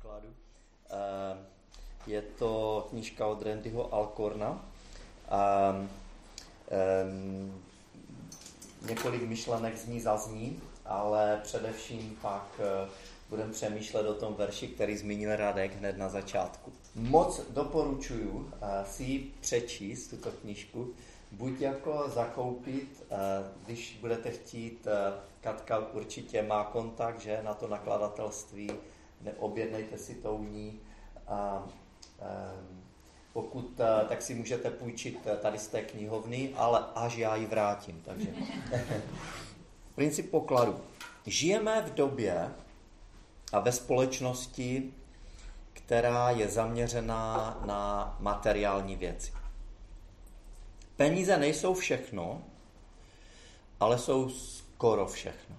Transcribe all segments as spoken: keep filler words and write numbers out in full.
pokladu. Je to knížka od Randyho Alcorna. Několik myšlenek z ní zazní, ale především pak budeme přemýšlet o tom verši, který zmínil Radek hned na začátku. Moc doporučuji si ji přečíst, tuto knížku. Buď jako zakoupit, když budete chtít, Katka určitě má kontakt, že na to nakladatelství, neobjednejte si to u ní. A, pokud, tak si můžete půjčit tady z té knihovny, ale až já ji vrátím. Takže. Princip pokladu. Žijeme v době a ve společnosti, která je zaměřená na materiální věci. Peníze nejsou všechno, ale jsou skoro všechno.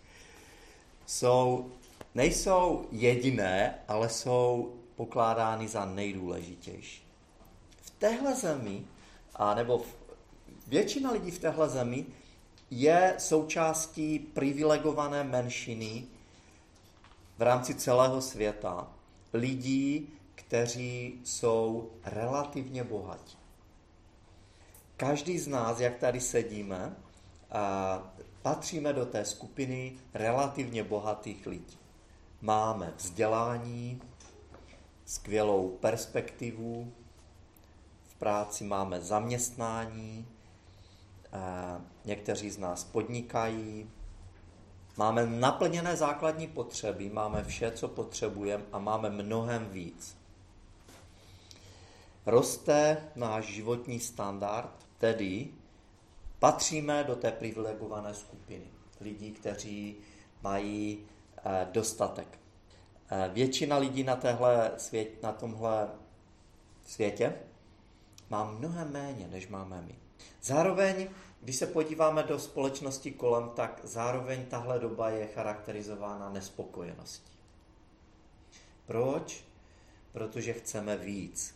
Jsou, nejsou jediné, ale jsou pokládány za nejdůležitější. V téhle zemi, a nebo většina lidí v téhle zemi je součástí privilegované menšiny v rámci celého světa lidí, kteří jsou relativně bohatí. Každý z nás, jak tady sedíme, patříme do té skupiny relativně bohatých lidí. Máme vzdělání, skvělou perspektivu, v práci máme zaměstnání, někteří z nás podnikají, máme naplněné základní potřeby, máme vše, co potřebujeme a máme mnohem víc. Roste náš životní standard, tedy patříme do té privilegované skupiny lidí, kteří mají eh, dostatek. Eh, většina lidí na, téhle svět, na tomhle světě má mnohem méně, než máme my. Zároveň, když se podíváme do společnosti kolem, tak zároveň tahle doba je charakterizována nespokojeností. Proč? Protože chceme víc.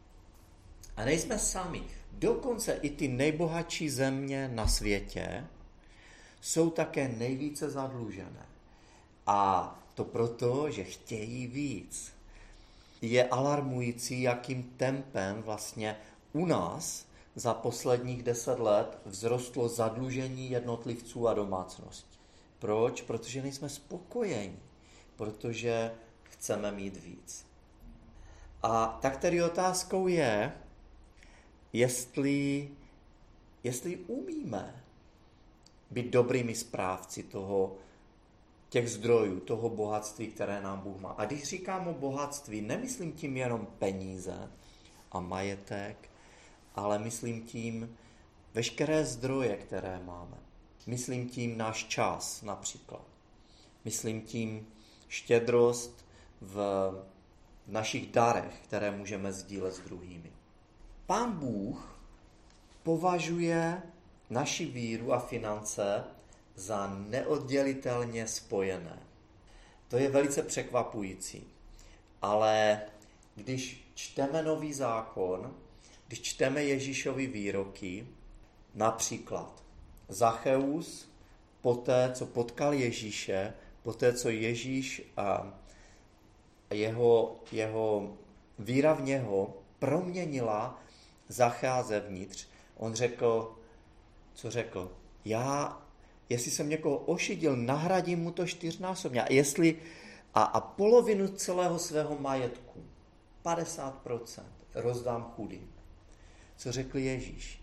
A nejsme sami. Dokonce i ty nejbohatší země na světě jsou také nejvíce zadlužené. A to proto, že chtějí víc. Je alarmující, jakým tempem vlastně u nás za posledních deset let vzrostlo zadlužení jednotlivců a domácností. Proč? Protože nejsme spokojeni. Protože chceme mít víc. A tak tedy otázkou je, Jestli, jestli umíme být dobrými správci toho, těch zdrojů, toho bohatství, které nám Bůh má. A když říkám o bohatství, nemyslím tím jenom peníze a majetek, ale myslím tím veškeré zdroje, které máme. Myslím tím náš čas například. Myslím tím štědrost v našich darech, které můžeme sdílet s druhými. Pán Bůh považuje naši víru a finance za neoddělitelně spojené. To je velice překvapující. Ale když čteme Nový zákon, když čteme Ježíšovy výroky, například Zacheus, poté, co potkal Ježíše, poté, co Ježíš a jeho, jeho víra v něho proměnila Zachéa zevnitř, on řekl, co řekl? Já, jestli jsem někoho ošidil, nahradím mu to čtyřnásobně. A jestli a, a polovinu celého svého majetku, padesát procent, rozdám chudým. Co řekl Ježíš?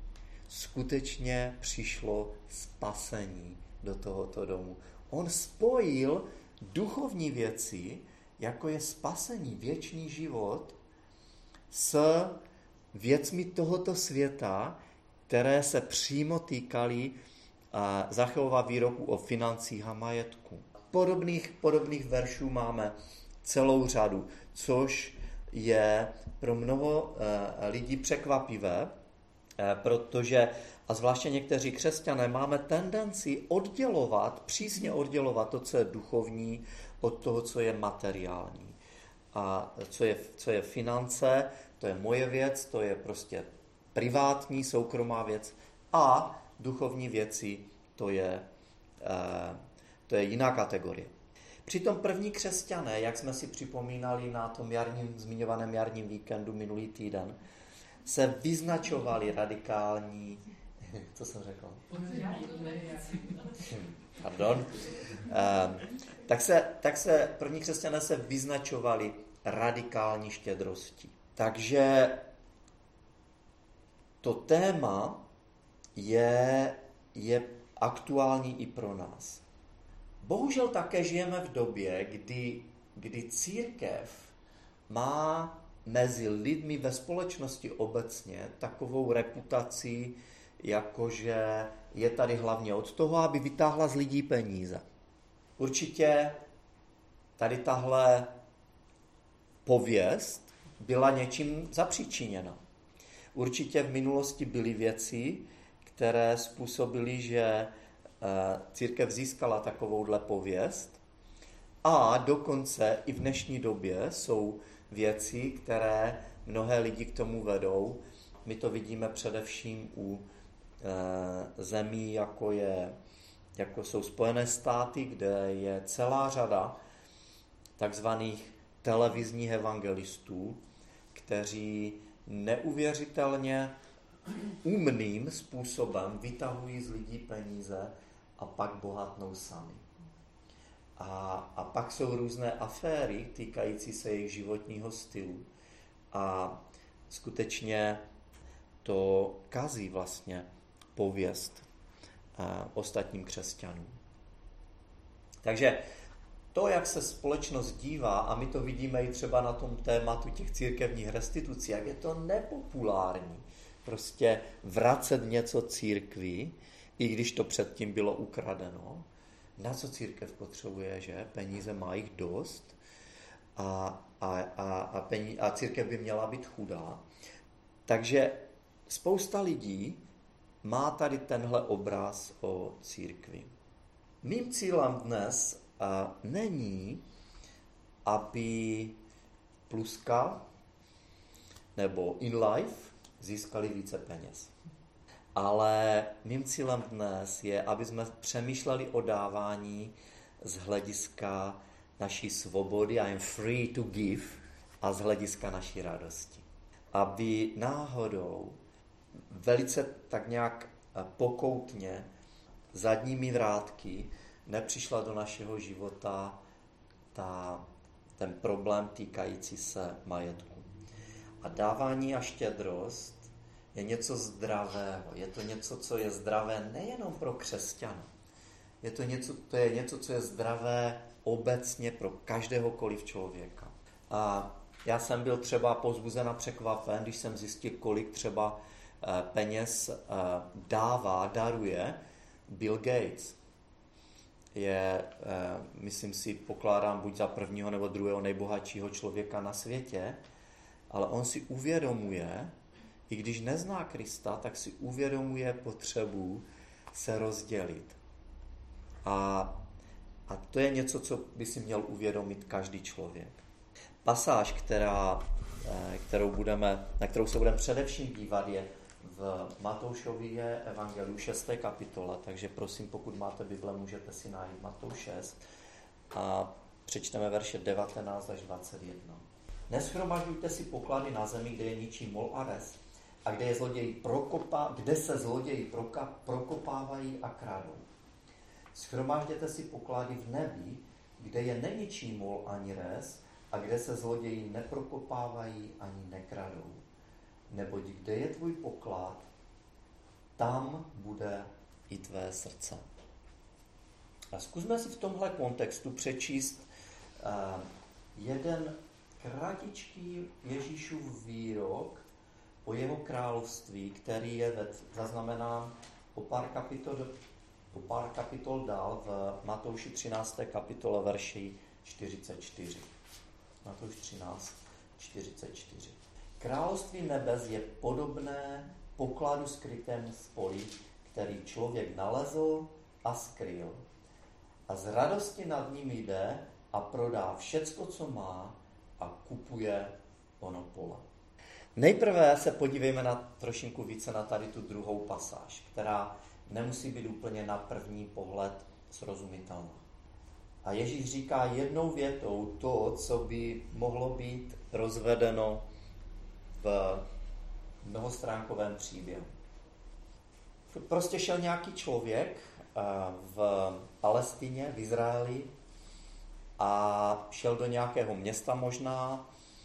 Skutečně přišlo spasení do tohoto domu. On spojil duchovní věci, jako je spasení, věčný život, s věcmi tohoto světa, které se přímo týkaly Zacheova výroku o financích a majetku. Podobných, podobných veršů máme celou řadu, což je pro mnoho lidí překvapivé, protože, a zvláště někteří křesťané, máme tendenci oddělovat, přísně oddělovat to, co je duchovní, od toho, co je materiální. A co je, co je finance, to je moje věc, to je prostě privátní, soukromá věc a duchovní věci, to je, to je jiná kategorie. Přitom první křesťané, jak jsme si připomínali na tom jarním, zmiňovaném jarním víkendu minulý týden, se vyznačovali radikální... Co jsem řekl? Pardon. Um, tak, se, tak se první křesťané se vyznačovali radikální štědrostí. Takže to téma je, je aktuální i pro nás. Bohužel také žijeme v době, kdy, kdy církev má mezi lidmi ve společnosti obecně takovou reputaci, jakože je tady hlavně od toho, aby vytáhla z lidí peníze. Určitě tady tahle pověst byla něčím zapříčiněna. Určitě v minulosti byly věci, které způsobily, že církev získala takovouhle pověst a dokonce i v dnešní době jsou věci, které mnohé lidi k tomu vedou. My to vidíme především u zemí, jako, je, jako jsou Spojené státy, kde je celá řada takzvaných televizních evangelistů, kteří neuvěřitelně umným způsobem vytahují z lidí peníze a pak bohatnou sami. A, a pak jsou různé aféry týkající se jejich životního stylu a skutečně to kazí vlastně pověst ostatním křesťanům. Takže to, jak se společnost dívá, a my to vidíme i třeba na tom tématu těch církevních restitucí, jak je to nepopulární prostě vracet něco církvi, i když to předtím bylo ukradeno. Na co církev potřebuje, že? Peníze má jich dost a, a, a, a, peníze, a církev by měla být chudá. Takže spousta lidí má tady tenhle obraz o církvi. Mým cílem dnes a, není, aby Pluska nebo InLife získali více peněz. Ale mým cílem dnes je, aby jsme přemýšleli o dávání z hlediska naší svobody, I am free to give, a z hlediska naší radosti. Aby náhodou velice tak nějak pokoutně zadními vrátky nepřišla do našeho života ta, ten problém týkající se majetku. A dávání a štědrost je něco zdravého. Je to něco, co je zdravé nejenom pro křesťana. Je to něco, to je něco, co je zdravé obecně pro každéhokoliv člověka. A já jsem byl třeba povzbuzen a překvapen, když jsem zjistil, kolik třeba peněz dává, daruje Bill Gates. Je, myslím si, pokládám buď za prvního nebo druhého nejbohatšího člověka na světě, ale on si uvědomuje, i když nezná Krista, tak si uvědomuje potřebu se rozdělit. A, a to je něco, co by si měl uvědomit každý člověk. Pasáž, která, kterou budeme, na kterou se budeme především dívat, je v Matoušově evangeliu šesté kapitole, takže prosím, pokud máte Bible, můžete si najít Matouš šest a přečteme verše devatenáct až dvacet jedna. Neshromažďujte si poklady na zemi, kde je ničí mol a res, a kde, je zloději prokopá, kde se zloději proka, prokopávají a kradou. Shromažděte si poklady v nebi, kde je neničí mol ani res, a kde se zloději neprokopávají ani nekradou. Neboť kde je tvůj poklad, tam bude i tvé srdce. A zkusme si v tomhle kontextu přečíst uh, jeden kratičký Ježíšův výrok o jeho království, který je zaznamenán o pár kapitol, o pár kapitol dál v Matouši třinácté kapitole verši čtyřicet čtyři. Matouš třináct, čtyřicet čtyři. Království nebes je podobné pokladu skrytému v poli, který člověk nalezl a skryl. A z radosti nad ním jde a prodá všecko, co má, a kupuje ono pole. Nejprve se podívejme na trošinku více na tady tu druhou pasáž, která nemusí být úplně na první pohled srozumitelná. A Ježíš říká jednou větou to, co by mohlo být rozvedeno v mnohostránkovém příběhu. Prostě šel nějaký člověk v Palestině, v Izraeli a šel do nějakého města možná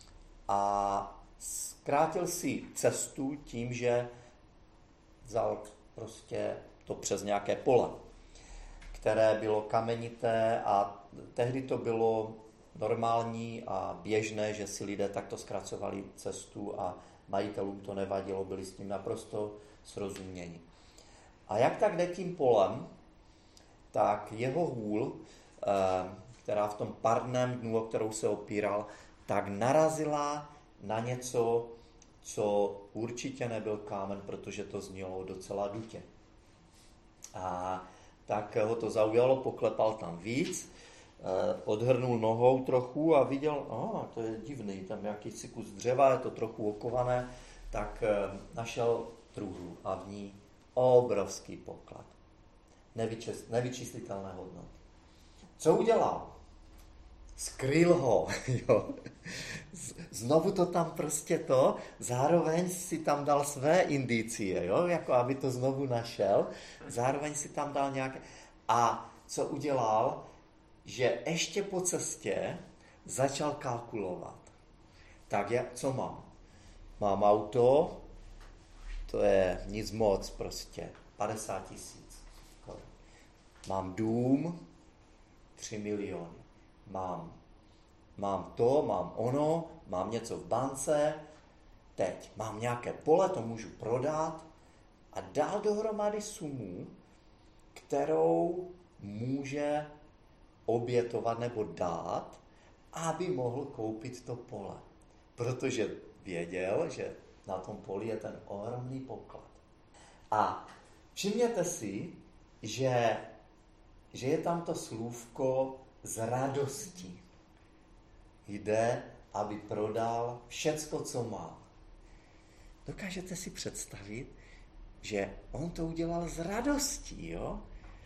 a zkrátil si cestu tím, že vzal prostě to přes nějaké pole, které bylo kamenité a tehdy to bylo normální a běžné, že si lidé takto zkracovali cestu a majitelům to nevadilo, byli s tím naprosto srozuměni. A jak tak jde tím polem, tak jeho hůl, která v tom pardném dnu, o kterou se opíral, tak narazila na něco, co určitě nebyl kámen, protože to znělo docela dutě. A tak ho to zaujalo, poklepal tam víc, odhrnul nohou trochu a viděl, oh, to je divný, tam jakýsi kus dřeva, je to trochu okované, tak našel truhlu a v ní obrovský poklad. Nevyčist, nevyčíslitelné hodnoty. Co udělal? Skryl ho. Jo. Znovu to tam prostě to, zároveň si tam dal své indicie, jo? Jako aby to znovu našel, zároveň si tam dal nějaké... A co udělal? Že ještě po cestě začal kalkulovat. Tak já, co mám? Mám auto, to je nic moc prostě, padesát tisíc. Mám dům, tři miliony. Mám, mám to, mám ono, mám něco v bance, teď mám nějaké pole, to můžu prodat a dál dohromady sumu, kterou může obětovat nebo dát, aby mohl koupit to pole. Protože věděl, že na tom poli je ten ohromný poklad. A všimněte si, že, že je tam to slůvko z radostí. Jde, aby prodal všecko, co má. Dokážete si představit, že on to udělal z radostí, jo?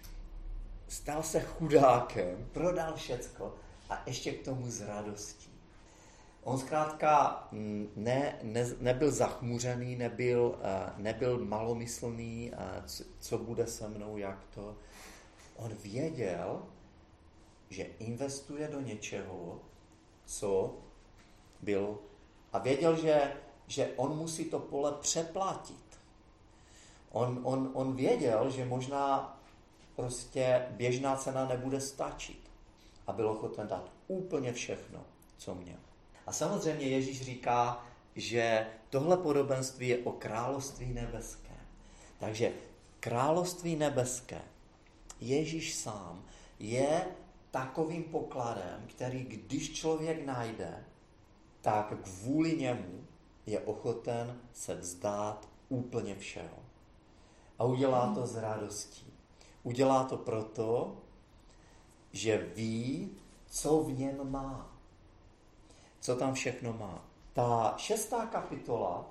Stal se chudákem, prodal všecko a ještě k tomu z radostí. On zkrátka ne, ne, nebyl zachmuřený, nebyl, nebyl malomyslný, co bude se mnou, jak to. On věděl, že investuje do něčeho, co byl, a věděl, že, že on musí to pole přeplatit. On, on, on věděl, že možná prostě běžná cena nebude stačit a byl ochoten dát úplně všechno, co měl. A samozřejmě Ježíš říká, že tohle podobenství je o království nebeském. Takže království nebeské, Ježíš sám je takovým pokladem, který když člověk najde, tak kvůli němu je ochoten se vzdát úplně všeho. A udělá to s radostí. Udělá to proto, že ví, co v něm má. Co tam všechno má. Ta šestá kapitola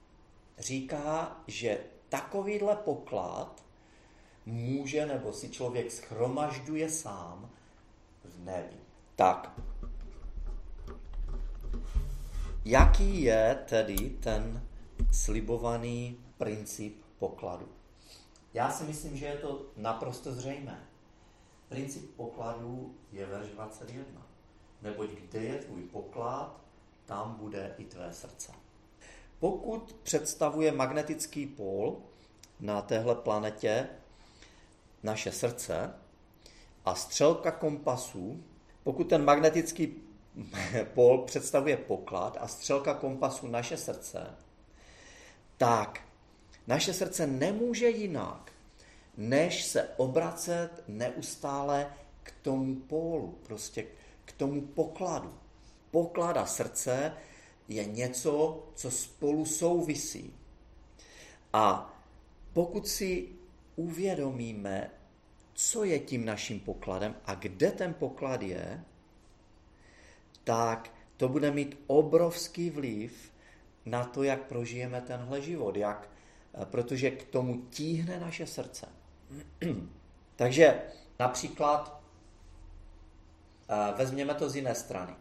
říká, že takovýhle poklad může nebo si člověk shromažďuje sám v nebi. Tak, jaký je tedy ten slibovaný princip pokladu? Já si myslím, že je to naprosto zřejmé. Princip pokladu je verš dvacet jedna. Neboť kde je tvůj poklad, tam bude i tvé srdce. Pokud představuje magnetický pól na téhle planetě naše srdce a střelka kompasu, pokud ten magnetický pól představuje poklad a střelka kompasu naše srdce, tak naše srdce nemůže jinak, než se obracet neustále k tomu pólu, prostě k tomu pokladu. Poklad a srdce je něco, co spolu souvisí. A pokud si uvědomíme, co je tím naším pokladem a kde ten poklad je, tak to bude mít obrovský vliv na to, jak prožijeme tenhle život, jak, protože k tomu tíhne naše srdce. Takže například Vezměme to z jiné strany.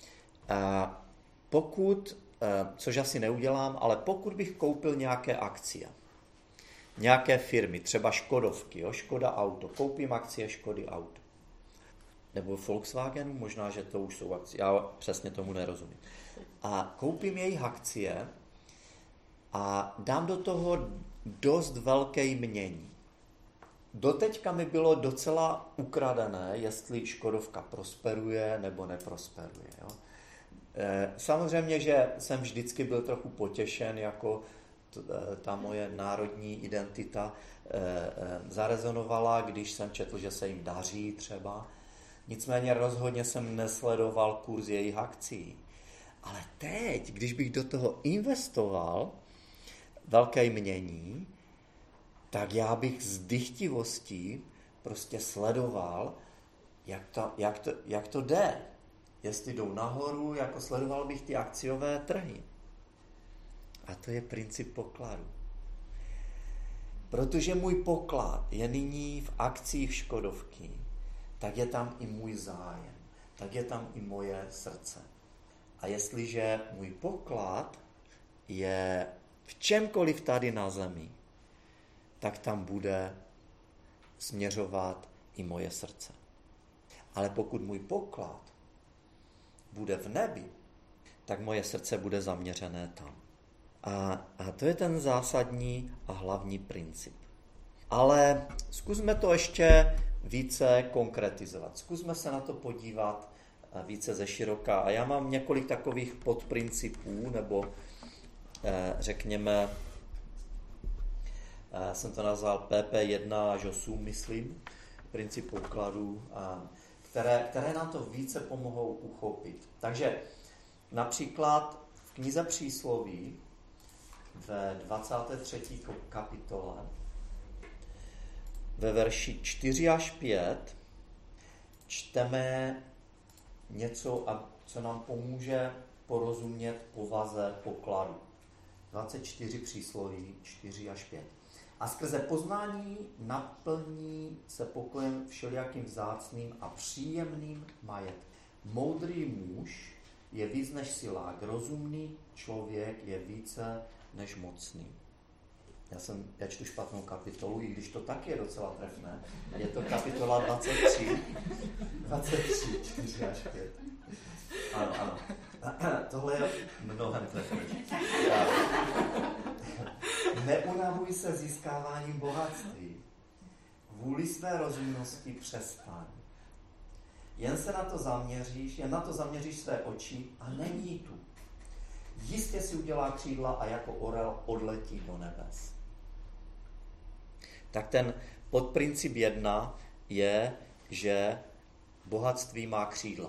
Pokud, což asi neudělám, ale pokud bych koupil nějaké akcie, nějaké firmy, třeba Škodovky, jo, Škoda Auto, koupím akcie Škody Auto. Nebo Volkswagenu, možná, že to už jsou akcie, já přesně tomu nerozumím. A koupím jejich akcie a dám do toho dost velké jmění. Doteďka mi bylo docela ukradené, jestli Škodovka prosperuje nebo neprosperuje. Jo. Samozřejmě, že jsem vždycky byl trochu potěšen, jako ta moje národní identita zarezonovala, když jsem četl, že se jim daří třeba. Nicméně rozhodně jsem nesledoval kurz jejich akcí. Ale teď, když bych do toho investoval velké jmění, tak já bych s dychtivostí prostě sledoval, jak to, jak to, jak to jde. Jestli jdou nahoru, jako sledoval bych ty akciové trhy. A to je princip pokladu. Protože můj poklad je nyní v akcích Škodovky, tak je tam i můj zájem, tak je tam i moje srdce. A jestliže můj poklad je v čemkoliv tady na zemi, tak tam bude směřovat i moje srdce. Ale pokud můj poklad bude v nebi, tak moje srdce bude zaměřené tam. A, a to je ten zásadní a hlavní princip. Ale zkusme to ještě více konkretizovat. Zkusme se na to podívat více ze široka. A já mám několik takových podprincipů, nebo eh, řekněme, eh, jsem to nazval P P jedna až osm, myslím, princip pokladů, a které, které nám to více pomohou uchopit. Takže například v knize Přísloví ve dvacáté třetí kapitole ve verši čtyři až pět čteme něco, co nám pomůže porozumět povaze pokladu. dvacet čtyři Přísloví, čtyři až pět. A skrze poznání naplní se pokojem všelijakým vzácným a příjemným majetkem. Moudrý muž je víc než silák, rozumný člověk je více než mocný. Já jsem, já čtu špatnou kapitolu, i když to taky je docela trefné. Je to kapitola dvacet tři, dvacet tři, čtyři až pět. Ano, ano. Tohle je mnohem trefnější. Neunavuj se získáváním bohatství. Vůli své rozumnosti přestaň. Jen se na to zaměříš, jen na to zaměříš své oči a není tu. Jistě si udělá křídla a jako orel odletí do nebes. Tak ten podprincip jedna je, že bohatství má křídla.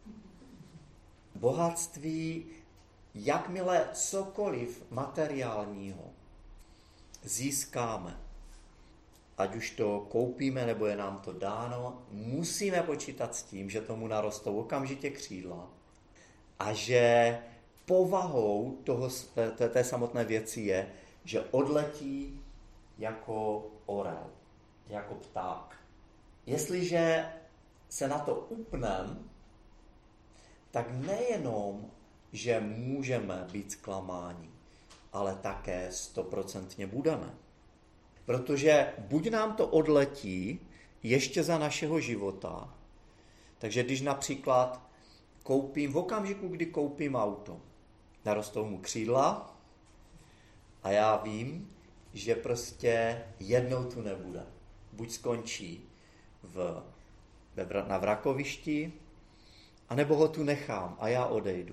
Bohatství, jakmile cokoliv materiálního získáme, ať už to koupíme, nebo je nám to dáno, musíme počítat s tím, že tomu narostou okamžitě křídla a že povahou toho, té, té samotné věci je, že odletí jako orel, jako pták. Jestliže se na to upneme, tak nejenom, že můžeme být zklamáni, ale také stoprocentně budeme. Protože buď nám to odletí ještě za našeho života, takže když například koupím, v okamžiku, kdy koupím auto, narostou mu křídla a já vím, že prostě jednou tu nebude. Buď skončí v, na vrakovišti, anebo ho tu nechám a já odejdu.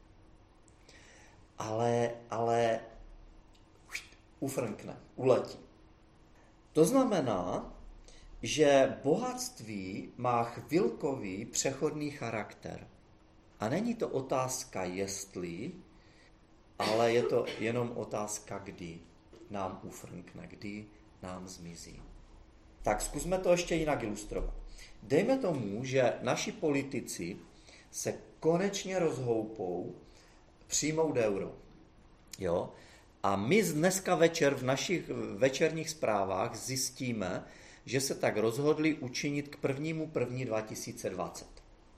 Ale, ale ufrnkne, uletí. To znamená, že bohatství má chvilkový přechodný charakter. A není to otázka jestli, ale je to jenom otázka kdy nám ufrnkne, kdy nám zmizí. Tak zkusme to ještě jinak ilustrovat. Dejme tomu, že naši politici se konečně rozhoupou přijmout euro. Jo? A my dneska večer v našich večerních zprávách zjistíme, že se tak rozhodli učinit k prvnímu první dva tisíce dvacet.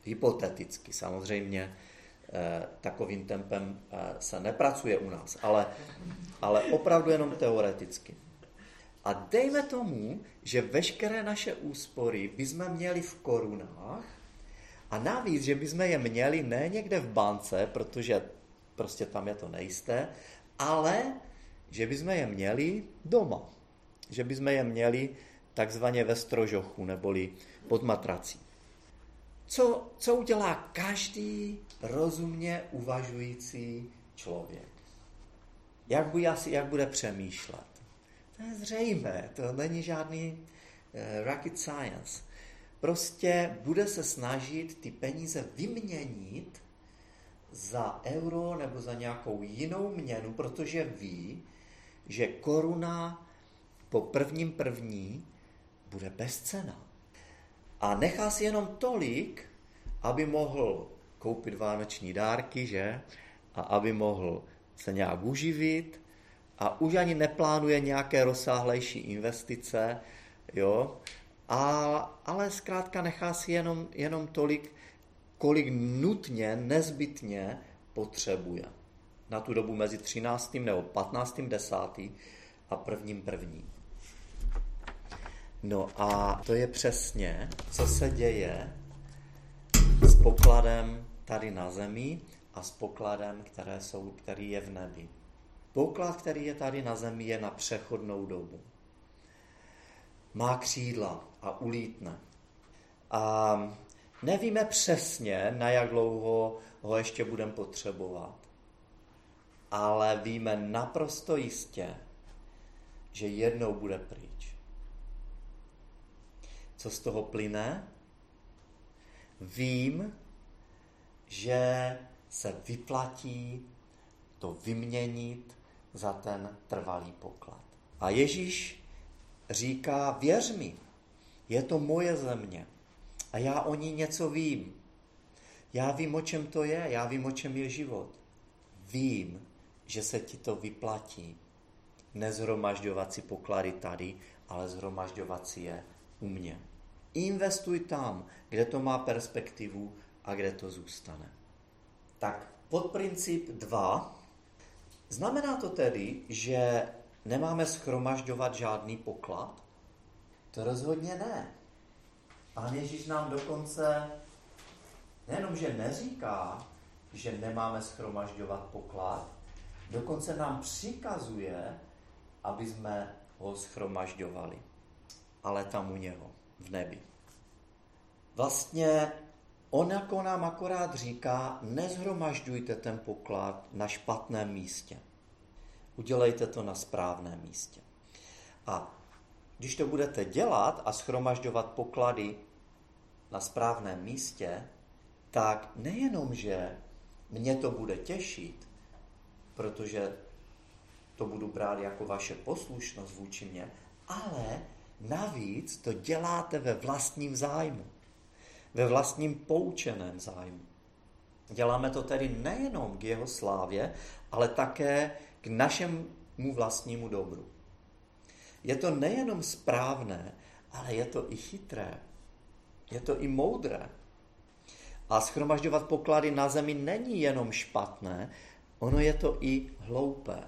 Hypoteticky samozřejmě eh, takovým tempem eh, se nepracuje u nás, ale, ale opravdu jenom teoreticky. A dejme tomu, že veškeré naše úspory bychom měli v korunách a navíc, že bychom je měli ne někde v bance, protože prostě tam je to nejisté, ale že bychom je měli doma. Že bychom je měli takzvaně ve strožochu, neboli pod matrací. Co, co udělá každý rozumně uvažující člověk? Jak bude, asi, jak bude přemýšlet? To je zřejmé, to není žádný uh, rocket science. Prostě bude se snažit ty peníze vyměnit za euro nebo za nějakou jinou měnu, protože ví, že koruna po prvním první bude bezcenná. A nechá si jenom tolik, aby mohl koupit vánoční dárky, že? A aby mohl se nějak uživit a už ani neplánuje nějaké rozsáhlejší investice, jo? A, ale zkrátka nechá si jenom, jenom tolik, kolik nutně, nezbytně potřebuje. Na tu dobu mezi třináctým nebo patnáctým desátým a prvním prvním. No a to je přesně, co se děje s pokladem tady na zemi a s pokladem, které jsou, který je v nebi. Poklad, který je tady na zemi, je na přechodnou dobu. Má křídla a ulítne. A nevíme přesně, na jak dlouho ho ještě budeme potřebovat. Ale víme naprosto jistě, že jednou bude pryč. Co z toho plyne? Vím, že se vyplatí to vyměnit za ten trvalý poklad. A Ježíš říká, věř mi, je to moje země a já o ní něco vím. Já vím, o čem to je, já vím, o čem je život. Vím, že se ti to vyplatí. Nezhromažďovat si poklady tady, ale zhromažďovat si je u mě. Investuj tam, kde to má perspektivu a kde to zůstane. Tak podprincip dva. Znamená to tedy, že nemáme shromažďovat žádný poklad? To rozhodně ne. Pán Ježíš nám dokonce nejenom, že neříká, že nemáme shromažďovat poklad, dokonce nám přikazuje, aby jsme ho shromažďovali. Ale tam u něho, v nebi. Vlastně on jako nám akorát říká, nezhromažďujte ten poklad na špatném místě. Udělejte to na správném místě. A když to budete dělat a shromažďovat poklady na správném místě, tak nejenom, že mě to bude těšit, protože to budu brát jako vaše poslušnost vůči mně, ale navíc to děláte ve vlastním zájmu, ve vlastním poučeném zájmu. Děláme to tedy nejenom k jeho slávě, ale také k našemu vlastnímu dobru. Je to nejenom správné, ale je to i chytré. Je to i moudré. A shromažďovat poklady na zemi není jenom špatné, ono je to i hloupé.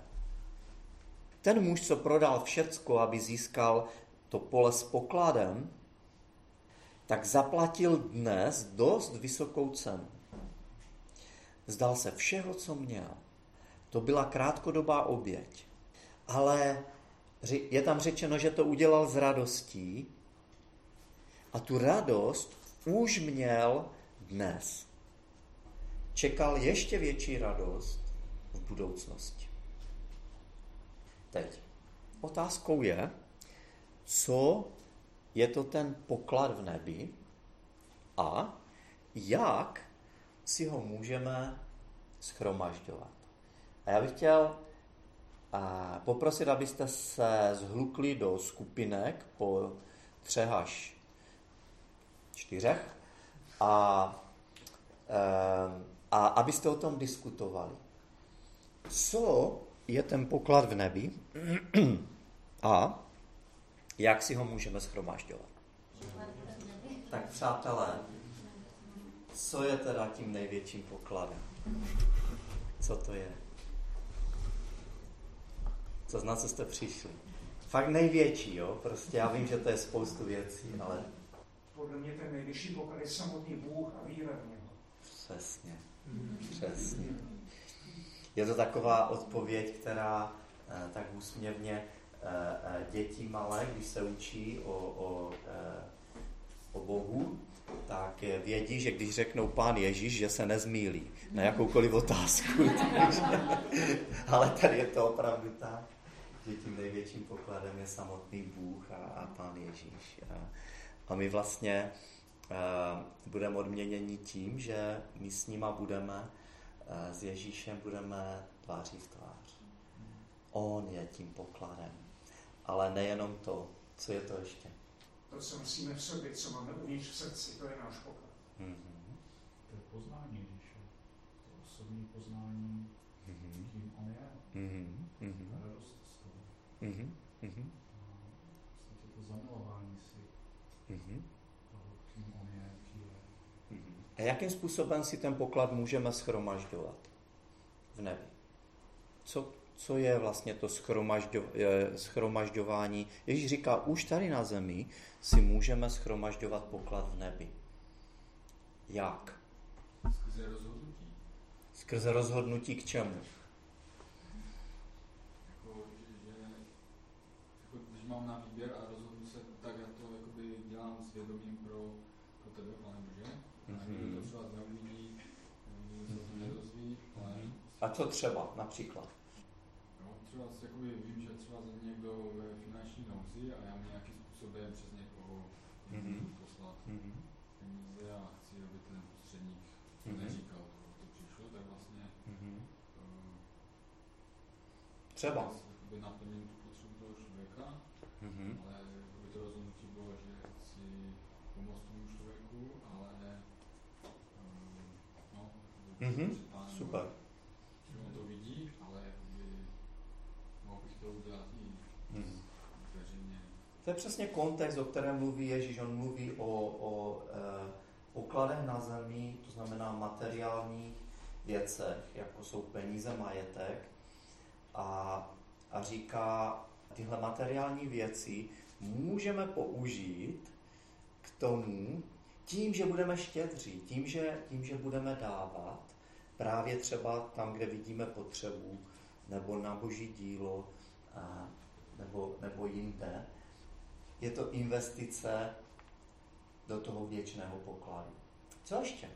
Ten muž, co prodal všecko, aby získal to pole s pokladem, tak zaplatil dnes dost vysokou cenu. Vzdal se všeho, co měl. To byla krátkodobá oběť. Ale je tam řečeno, že to udělal s radostí a tu radost už měl dnes. Čekal ještě větší radost v budoucnosti. Teď. Otázkou je, co je to ten poklad v nebi a jak si ho můžeme shromažďovat. A já bych chtěl a, poprosit, abyste se zhlukli do skupinek po třech až čtyřech a, a abyste o tom diskutovali. Co je ten poklad v nebi a jak si ho můžeme shromažďovat? Tak přátelé, Co je teda tím největším pokladem? Co to je? Co na co jste přišli? Fakt největší, jo? Prostě já vím, že to je spoustu věcí, ale... Podle mě ten nejvyšší poklad je samotný Bůh a víra v něho. Přesně. Přesně. Je to taková odpověď, která eh, tak úsměvně eh, děti malé, když se učí o, o, eh, o Bohu, tak vědí, že když řeknou Pán Ježíš, že se nezmýlí na jakoukoliv otázku. Ale tady je to opravdu tak, že tím největším pokladem je samotný Bůh a, a Pán Ježíš. A, a my vlastně uh, budeme odměněni tím, že my s nima budeme, uh, s Ježíšem budeme tváří v tvář. On je tím pokladem. Ale nejenom to, co je to ještě? To, co nosíme v sobě, co máme uvnitř v srdci, to je náš poklad. Mm-hmm. To je poznání Ježíše. To osobní poznání, mm-hmm. kým on je. Mm-hmm. A radost z toho. Mm-hmm. Mm-hmm. A vlastně to zamilování si mm-hmm. toho, kým on je, kým je. Mm-hmm. A jakým způsobem si ten poklad můžeme shromažďovat v nebi? Co, co je vlastně to shromažďování? Ježíš říká, už tady na zemi si můžeme shromažďovat poklad v nebi. Jak? Skrze rozhodnutí. Skrze rozhodnutí k čemu? Jako, že, že jako, když mám na výběr a rozhodnu se, tak já to jakoby dělám s vědomím pro, pro tebe, Pane Bože. Mm-hmm. A někdo to třeba neuvidí, se to nedozví. Ale... A co třeba například? No, třeba jakoby, vím, že třeba někdo ve finanční nouzi a já mi nějakým způsobem přes někoho mm-hmm. poslat mm-hmm. peníze a chci, aby ten prostředník mm-hmm. neříkal toho, to přišlo, tak vlastně mm-hmm. uh, třeba jakoby naplním tu potřebu toho člověka, mm-hmm. ale jakoby to rozhodnutí bylo, že chci pomoct tomu člověku, ale uh, no, mm-hmm. super. Že on to vidí, ale jakoby mohl bych to udělat i mm-hmm. veřejně. To je přesně kontext, o kterém mluví Ježíš. On mluví o, o e, pokladech na zemi, to znamená materiálních věcech, jako jsou peníze, majetek. A, a říká, tyhle materiální věci můžeme použít k tomu, tím, že budeme štědří, tím, že, tím, že budeme dávat, právě třeba tam, kde vidíme potřebu, nebo na Boží dílo, a, nebo, nebo jinde. Je to investice do toho věčného pokladu. Co ještě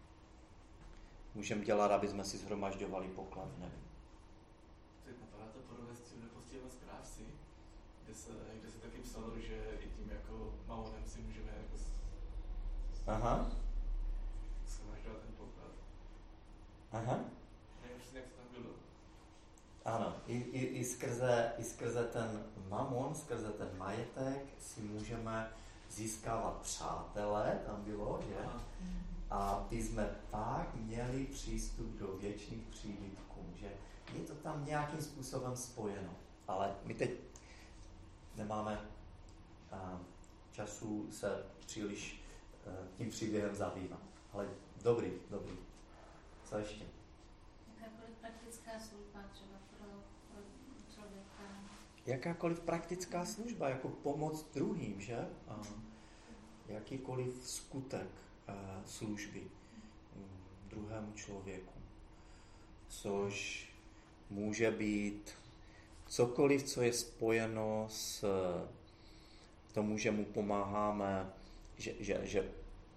můžeme dělat, aby jsme si shromažďovali poklad v nebi? Tak napadá to podobenství o nepoctivém správci, kde se, kde se taky psalo, že i tím jako mamonem si můžeme jako Aha. shromažďovat ten poklad. Aha. Nevím přesně, jak to tam bylo. Ano, i, i, i, skrze, i skrze ten mamon, skrze ten majetek si můžeme získávat přátele, tam bylo, že? A aby jsme pak měli přístup do věčných příbytků, že je to tam nějakým způsobem spojeno. Ale my teď nemáme a, času se příliš a, tím příběhem zabývat. Ale dobrý, dobrý. Co ještě? Jakákoliv praktická služba třeba pro, pro člověka. Jakákoliv praktická služba, jako pomoc druhým, že? A jakýkoliv skutek a, služby m, druhému člověku. Což může být cokoliv, co je spojeno s tomu, že mu pomáháme, že, že, že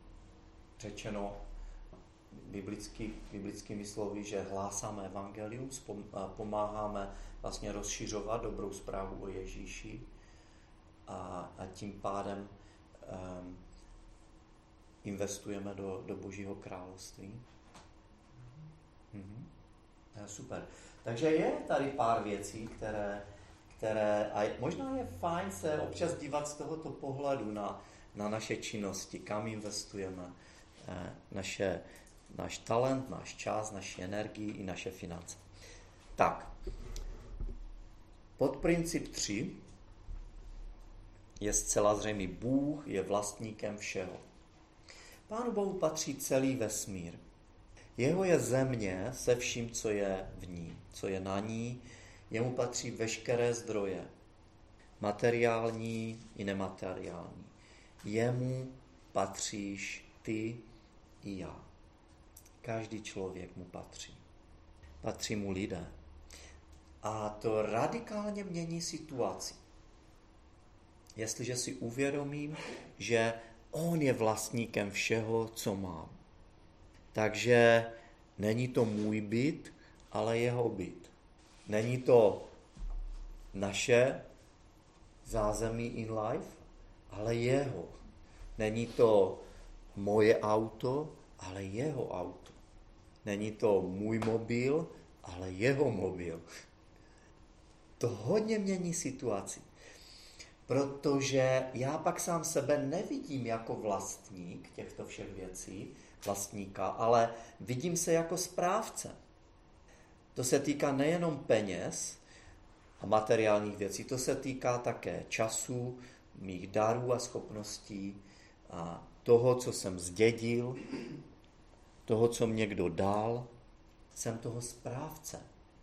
řečeno biblický, biblickými slovy, že hlásáme evangelium, pomáháme vlastně rozšiřovat dobrou zprávu o Ježíši a, a tím pádem um, investujeme do, do Božího království. Mhm. Super. Takže je tady pár věcí, které, které a možná je fajn se občas dívat z tohoto pohledu na, na naše činnosti, kam investujeme eh, naše, náš talent, náš čas, naši energii i naše finance. Tak, podprincip tři je zcela zřejmý. Bůh je vlastníkem všeho. Pánu Bohu patří celý vesmír. Jeho je země se vším, co je v ní, co je na ní. Jemu patří veškeré zdroje, materiální i nemateriální. Jemu patříš ty i já. Každý člověk mu patří. Patří mu lidé. A to radikálně mění situaci. Jestliže si uvědomím, že on je vlastníkem všeho, co mám. Takže není to můj byt, ale jeho byt. Není to naše zázemí in life, ale jeho. Není to moje auto, ale jeho auto. Není to můj mobil, ale jeho mobil. To hodně mění situaci. Protože já pak sám sebe nevidím jako vlastník těchto všech věcí, vlastníka, ale vidím se jako správce. To se týká nejenom peněz a materiálních věcí, to se týká také času, mých darů a schopností, a toho, co jsem zdědil, toho, co mě kdo dal. Jsem toho správce.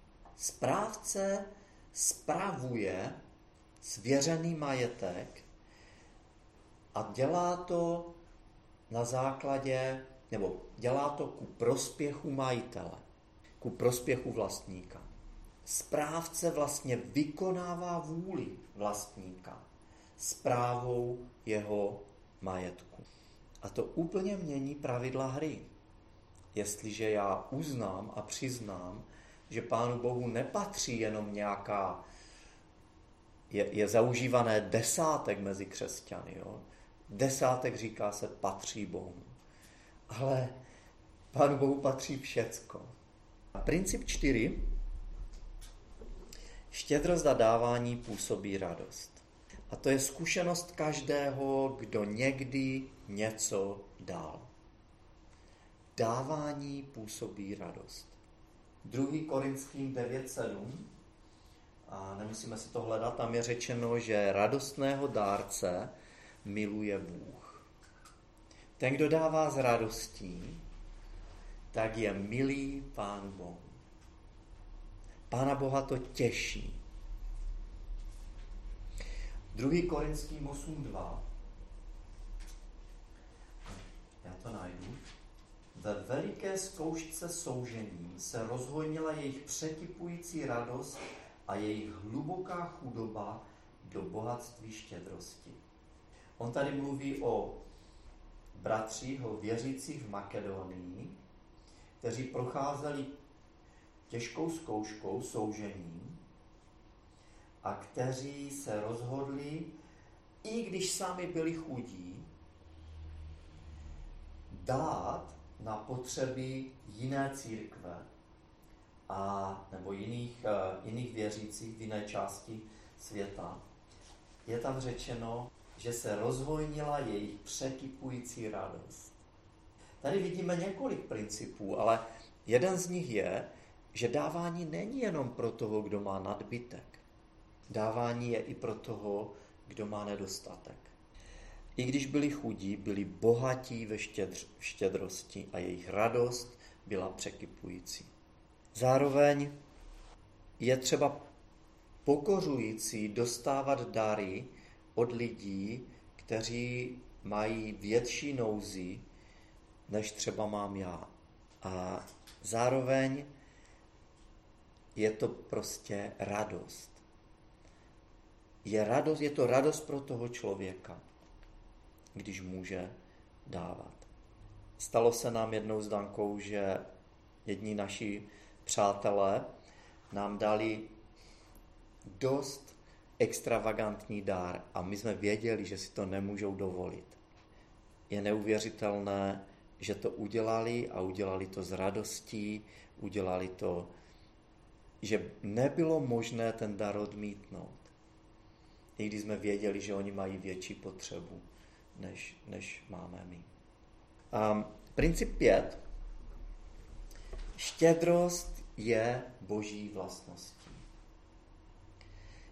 Správce spravuje svěřený majetek a dělá to na základě, nebo dělá to ku prospěchu majitele, ku prospěchu vlastníka. Správce vlastně vykonává vůli vlastníka správou jeho majetku. A to úplně mění pravidla hry. Jestliže já uznám a přiznám, že Pánu Bohu nepatří jenom nějaká, je, je zaužívané desátek mezi křesťany. Jo? Desátek říká se patří Bohu. Ale Pánu Bohu patří všecko. A princip čtyři. Štědrost a dávání působí radost. A to je zkušenost každého, kdo někdy něco dal. Dávání působí radost. druhý Korinským devět sedm, a nemusíme si to hledat, tam je řečeno, že radostného dárce miluje Bůh. Ten, kdo dává s radostí, tak je milý Pánu Bohu. Pána Boha to těší. druhý Korinským osm dva. Já to najdu. Ve veliké zkoušce soužení se rozhojnila jejich překypující radost a jejich hluboká chudoba do bohatství štědrosti. On tady mluví o bratřích, o věřících v Makedonii, kteří procházeli těžkou zkouškou soužením a kteří se rozhodli, i když sami byli chudí, dát na potřeby jiné církve a, nebo jiných, uh, jiných věřících v jiné části světa. Je tam řečeno, že se rozhojnila jejich překypující radost. Tady vidíme několik principů, ale jeden z nich je, že dávání není jenom pro toho, kdo má nadbytek. Dávání je i pro toho, kdo má nedostatek. I když byli chudí, byli bohatí ve štědr- štědrosti a jejich radost byla překypující. Zároveň je třeba pokořující dostávat dary od lidí, kteří mají větší nouzi, než třeba mám já. A zároveň je to prostě radost. Je, radost, je to radost pro toho člověka, když může dávat. Stalo se nám jednou s Dankou, že jedni naši přátelé nám dali dost extravagantní dár a my jsme věděli, že si to nemůžou dovolit. Je neuvěřitelné, že to udělali a udělali to s radostí, udělali to, že nebylo možné ten dar odmítnout. I když jsme věděli, že oni mají větší potřebu, než, než máme my. Um, princip pět. Štědrost je boží vlastností.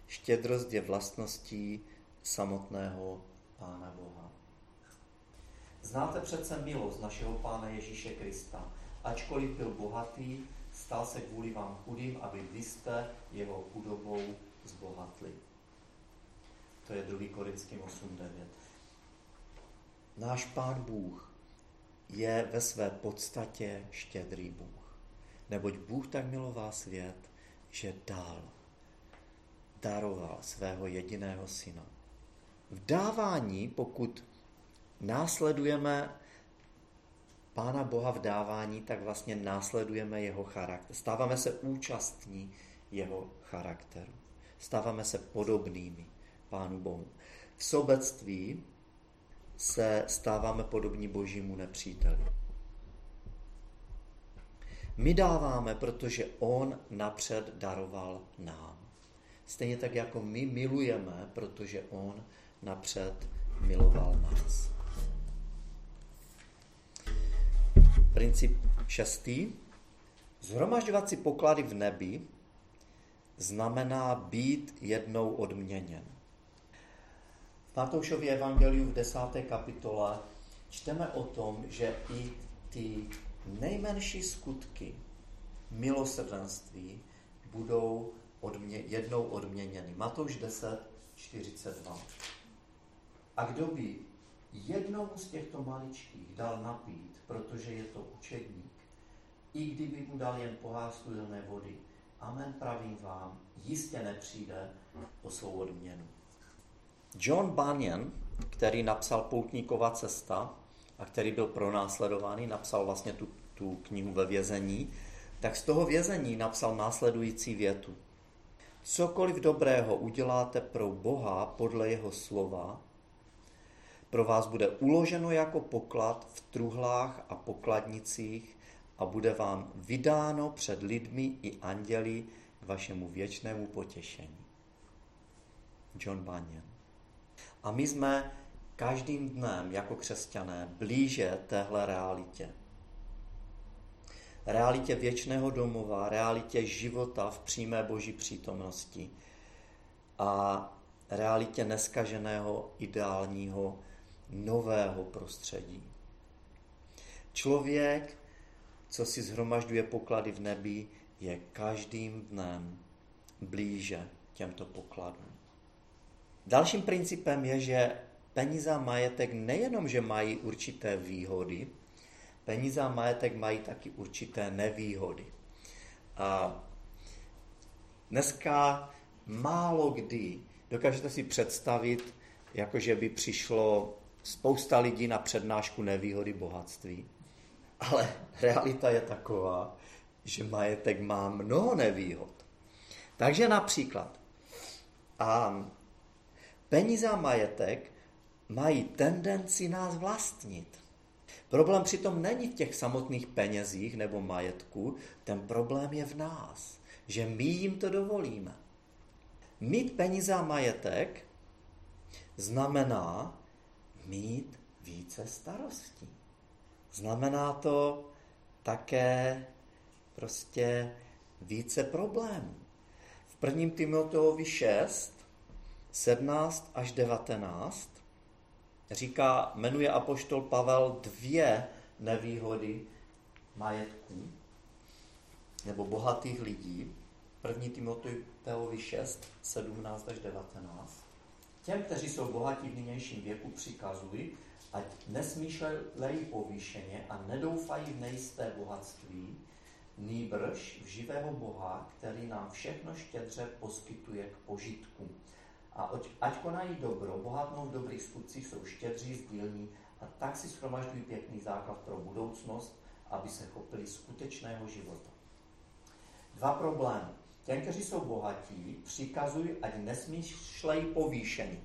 Štědrost je vlastností samotného Pána Boha. Znáte přece milost našeho Pána Ježíše Krista. Ačkoliv byl bohatý, stal se kvůli vám chudým, aby vy jste jeho chudobou zbohatli. To je druhý Korinským osm devět. Náš Pán Bůh je ve své podstatě štědrý Bůh. Neboť Bůh tak miloval svět, že dal, daroval svého jediného syna. V dávání, pokud následujeme Pána Boha v dávání, tak vlastně následujeme jeho charakter. Stáváme se účastní jeho charakteru. Stáváme se podobnými Pánu Bohu. V sobectví se stáváme podobní Božímu nepříteli. My dáváme, protože on napřed daroval nám. Stejně tak, jako my milujeme, protože on napřed miloval nás. Princip šestý. Zhromažďovat si poklady v nebi znamená být jednou odměněn. V Matoušově evangeliu v desáté kapitole čteme o tom, že i ty nejmenší skutky milosrdenství budou odmě- jednou odměněny. Matouš deset čtyřicet dva. A kdo by jednomu z těchto maličkých dal napít, protože je to učedník, i kdyby mu dal jen pohár studené vody, amen, pravím vám, jistě nepřijde o svou odměnu. John Bunyan, který napsal Poutníkova cesta a který byl pronásledovaný, napsal vlastně tu, tu knihu ve vězení, tak z toho vězení napsal následující větu. Cokoliv dobrého uděláte pro Boha podle jeho slova, pro vás bude uloženo jako poklad v truhlách a pokladnicích a bude vám vydáno před lidmi i anděli k vašemu věčnému potěšení. John Bunyan. A my jsme každým dnem jako křesťané blíže téhle realitě. Realitě věčného domova, realitě života v přímé Boží přítomnosti a realitě neskaženého, ideálního, nového prostředí. Člověk, co si shromažďuje poklady v nebi, je každým dnem blíže těmto pokladům. Dalším principem je, že peníze a majetek nejenom, že mají určité výhody, peníze a majetek mají taky určité nevýhody. A dneska málo kdy dokážete si představit, jakože by přišlo spousta lidí na přednášku nevýhody bohatství. Ale realita je taková, že majetek má mnoho nevýhod. Takže například a peníze a majetek mají tendenci nás vlastnit. Problém přitom není v těch samotných penězích nebo majetku, ten problém je v nás, že my jim to dovolíme. Mít peníze a majetek znamená mít více starostí. Znamená to také prostě více problémů. V prvním Timoteovi šest, sedmnáct až devatenáct říká, jmenuje apoštol Pavel dvě nevýhody majetků nebo bohatých lidí. První Timoteovi šest, sedmnáct až devatenáct. Těm, kteří jsou bohatí v nynějším věku, přikazuj, ať nesmýšlejí povýšeně a nedoufají v nejisté bohatství, nýbrž v živého Boha, který nám všechno štědře poskytuje k požitku. A ať konají dobro, bohatnou v dobrých skutcích, jsou štědří, sdílní a tak si shromažďují pěkný základ pro budoucnost, aby se chopili skutečného života. Dva problémy. Těm, kteří jsou bohatí, přikazuj, ať nesmýšlejí povýšení.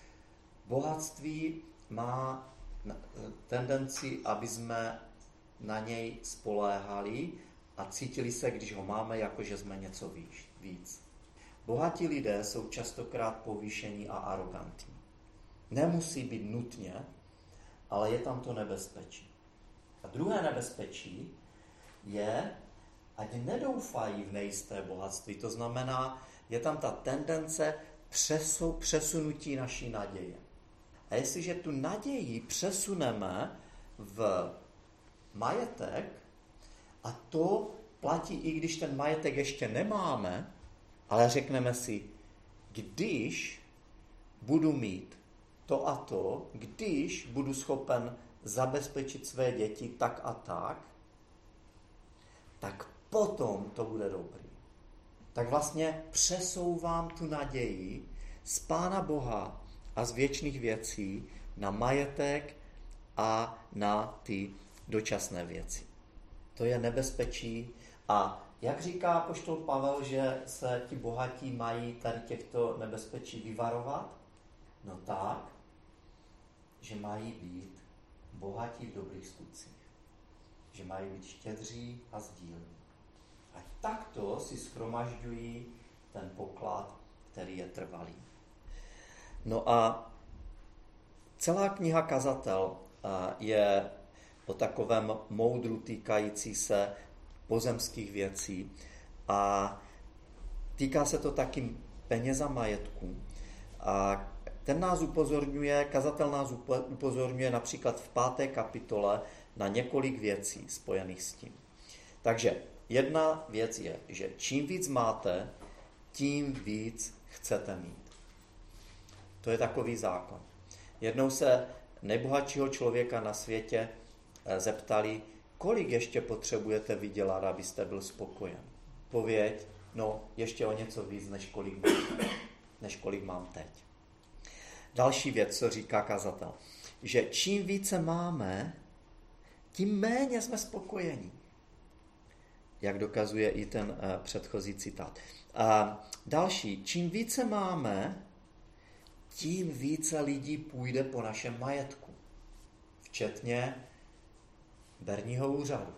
Bohatství má tendenci, aby jsme na něj spoléhali a cítili se, když ho máme, jako že jsme něco víc. Bohatí lidé jsou častokrát povýšení a arrogantní. Nemusí být nutně, ale je tam to nebezpečí. A druhé nebezpečí je, ať nedoufají v nejisté bohatství. To znamená, je tam ta tendence přesu, přesunutí naší naděje. A jestliže tu naději přesuneme v majetek, a to platí, i když ten majetek ještě nemáme, ale řekneme si, když budu mít to a to, když budu schopen zabezpečit své děti tak a tak, tak potom to bude dobrý. Tak vlastně přesouvám tu naději z Pána Boha a z věčných věcí na majetek a na ty dočasné věci. To je nebezpečí. A jak říká apoštol Pavel, že se ti bohatí mají tady těchto nebezpečí vyvarovat? No tak, že mají být bohatí v dobrých skutcích. Že mají být štědří a sdílní. A takto si shromažďují ten poklad, který je trvalý. No a celá kniha Kazatel je o takovém moudru týkající se pozemských věcí a týká se to taky peněz a majetku. A ten nás upozorňuje, kazatel nás upozorňuje například v páté kapitole na několik věcí spojených s tím. Takže jedna věc je, že čím víc máte, tím víc chcete mít. To je takový zákon. Jednou se nejbohatšího člověka na světě zeptali, kolik ještě potřebujete vydělat, abyste byl spokojen. Pověď, no ještě o něco víc, než kolik mám, než kolik mám teď. Další věc, co říká kazatel, že čím více máme, tím méně jsme spokojení. Jak dokazuje i ten uh, předchozí citát. A další, čím více máme, tím více lidí půjde po našem majetku. Včetně berního úřadu.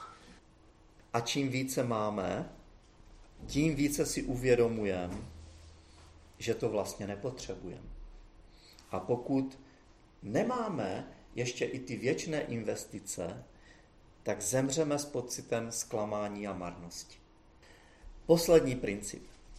A čím více máme, tím více si uvědomujeme, že to vlastně nepotřebujeme. A pokud nemáme ještě i ty věčné investice, tak zemřeme s pocitem zklamání a marnosti. Poslední princip.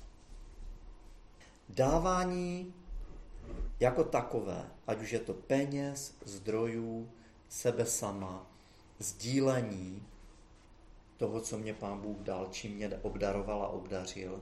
Dávání jako takové, ať už je to peněz, zdrojů, sebe sama, sdílení toho, co mě Pán Bůh dal, čím mě obdaroval a obdařil,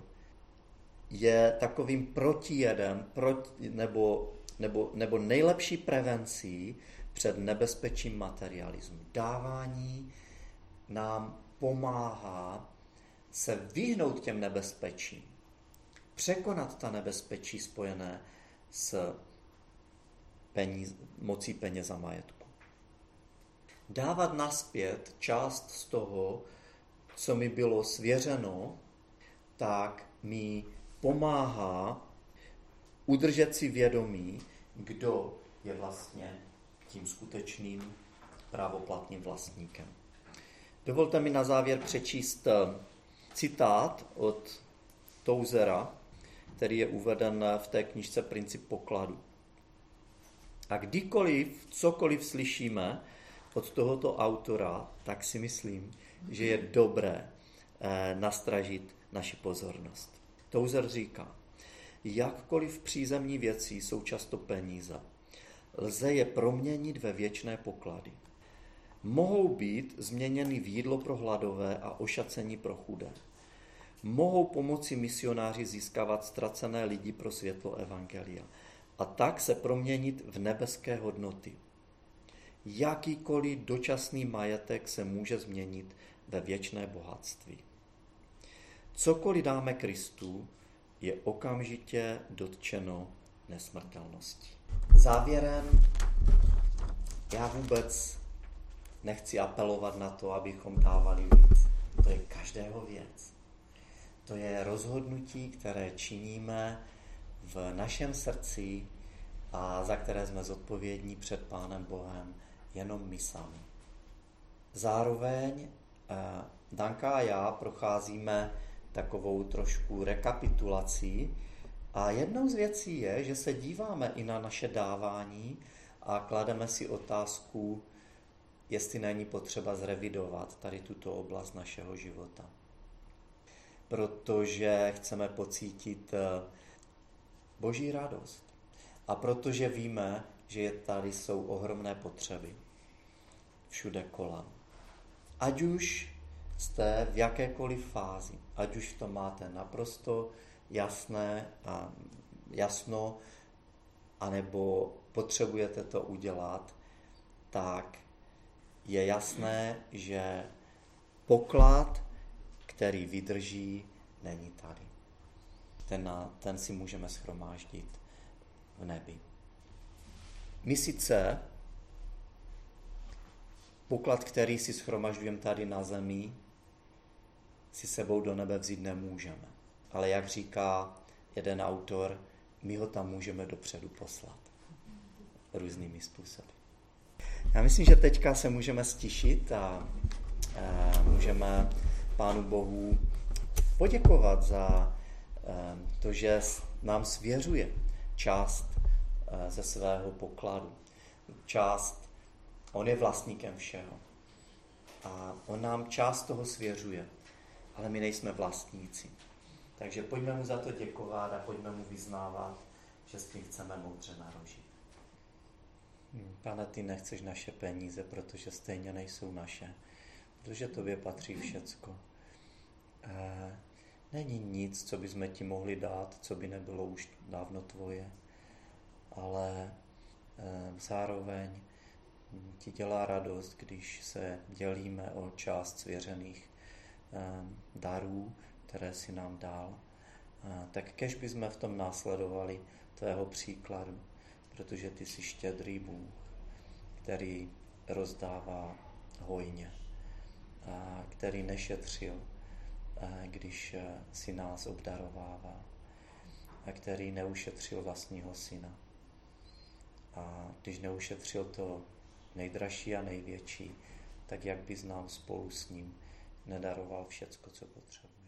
je takovým protijedem proti, nebo, nebo, nebo nejlepší prevencí před nebezpečím materialismu. Dávání nám pomáhá se vyhnout těm nebezpečím, překonat ta nebezpečí spojené s peníz, mocí peněz a majetku. Dávat nazpět část z toho, co mi bylo svěřeno, tak mi pomáhá udržet si vědomí, kdo je vlastně tím skutečným právoplatným vlastníkem. Dovolte mi na závěr přečíst citát od Tozera, který je uveden v té knižce Princip pokladu. A kdykoliv, cokoliv slyšíme od tohoto autora, tak si myslím, že je dobré eh, nastražit naši pozornost. Tozer říká, jakkoliv přízemní věci jsou často peníze, lze je proměnit ve věčné poklady. Mohou být změněny v jídlo pro hladové a ošacení pro chudé. Mohou pomoci misionáři získávat ztracené lidi pro světlo evangelia a tak se proměnit v nebeské hodnoty. Jakýkoliv dočasný majetek se může změnit ve věčné bohatství. Cokoliv dáme Kristu, je okamžitě dotčeno nesmrtelností. Závěrem, já vůbec nechci apelovat na to, abychom dávali víc. To je každého věc. To je rozhodnutí, které činíme v našem srdci a za které jsme zodpovědní před Pánem Bohem jenom my sami. Zároveň Danka a já procházíme takovou trošku rekapitulací a jednou z věcí je, že se díváme i na naše dávání a klademe si otázku, jestli není potřeba zrevidovat tady tuto oblast našeho života. Protože chceme pocítit Boží radost. A protože víme, že je tady jsou ohromné potřeby všude kolem. Ať už jste v jakékoliv fázi, ať už to máte naprosto jasné a jasno, anebo potřebujete to udělat, tak je jasné, že poklad, který vydrží, není tady. Ten, ten si můžeme shromáždit v nebi. My sice poklad, který si shromažďujeme tady na zemi, si sebou do nebe vzít nemůžeme. Ale jak říká jeden autor, my ho tam můžeme dopředu poslat. Různými způsoby. Já myslím, že teďka se můžeme stišit a e, můžeme Pánu Bohu poděkovat za e, to, že nám svěřuje část e, ze svého pokladu. Část, on je vlastníkem všeho. A on nám část toho svěřuje, ale my nejsme vlastníci. Takže pojďme mu za to děkovat a pojďme mu vyznávat, že s tím chceme moudře narožit. Pane, ty nechceš naše peníze, protože stejně nejsou naše, protože tobě patří všecko. E, není nic, co bychom ti mohli dát, co by nebylo už dávno tvoje, ale e, zároveň ti dělá radost, když se dělíme o část svěřených e, darů, které si nám dal. E, tak kež bychom v tom následovali tvého příkladu, protože ty jsi štědrý Bůh, který rozdává hojně, a který nešetřil, když si nás obdarovává, a který neušetřil vlastního syna. A když neušetřil to nejdražší a největší, tak jak bys nám spolu s ním nedaroval všecko, co potřebuje.